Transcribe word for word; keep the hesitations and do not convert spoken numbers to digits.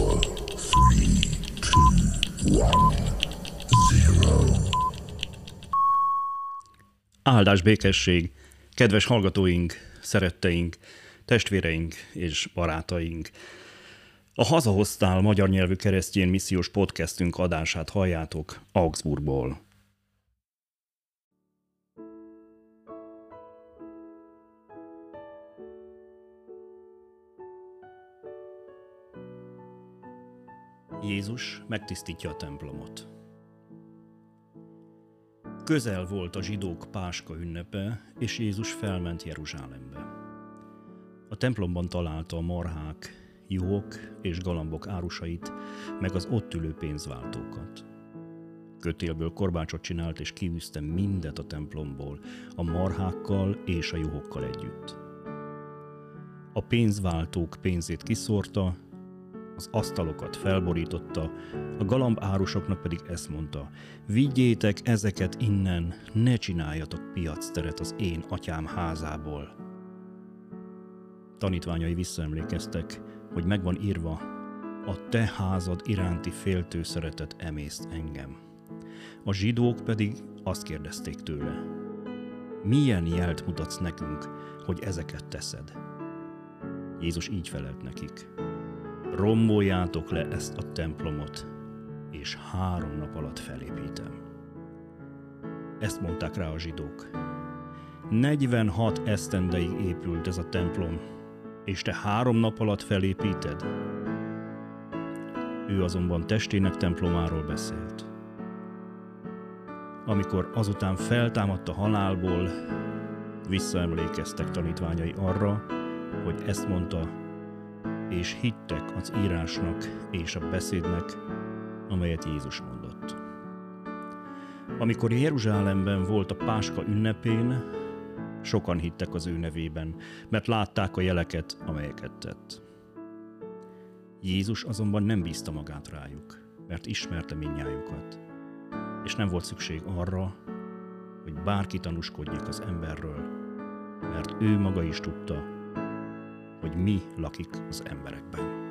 four, three, two, one, zero. Áldás békesség, kedves hallgatóink, szeretteink, testvéreink és barátaink! A Hazahoztál magyar nyelvű keresztény missziós podcastünk adását halljátok Augsburgból. Jézus megtisztítja a templomot. Közel volt a zsidók Páska ünnepe, és Jézus felment Jeruzsálembe. A templomban találta a marhák, juhok és galambok árusait, meg az ott ülő pénzváltókat. Kötélből korbácsot csinált, és kiűzte mindet a templomból, a marhákkal és a juhokkal együtt. A pénzváltók pénzét kiszórta, az asztalokat felborította, a galamb árusoknak pedig ezt mondta: vigyétek ezeket innen, ne csináljatok piacteret az én atyám házából. Tanítványai visszaemlékeztek, hogy megvan írva: a te házad iránti féltő szeretet emészt engem. A zsidók pedig azt kérdezték tőle: milyen jelt mutatsz nekünk, hogy ezeket teszed? Jézus így felelt nekik: romboljátok le ezt a templomot, és három nap alatt felépítem. Ezt mondták rá a zsidók: negyvenhat esztendeig épült ez a templom, és te három nap alatt felépíted? Ő azonban testének templomáról beszélt. Amikor azután feltámadt a halálból, visszaemlékeztek tanítványai arra, hogy ezt mondta, és hittek az írásnak és a beszédnek, amelyet Jézus mondott. Amikor Jeruzsálemben volt a Páska ünnepén, sokan hittek az ő nevében, mert látták a jeleket, amelyeket tett. Jézus azonban nem bízta magát rájuk, mert ismerte mindnyájukat, és nem volt szükség arra, hogy bárki tanúskodjék az emberről, mert ő maga is tudta, hogy mi lakik az emberekben.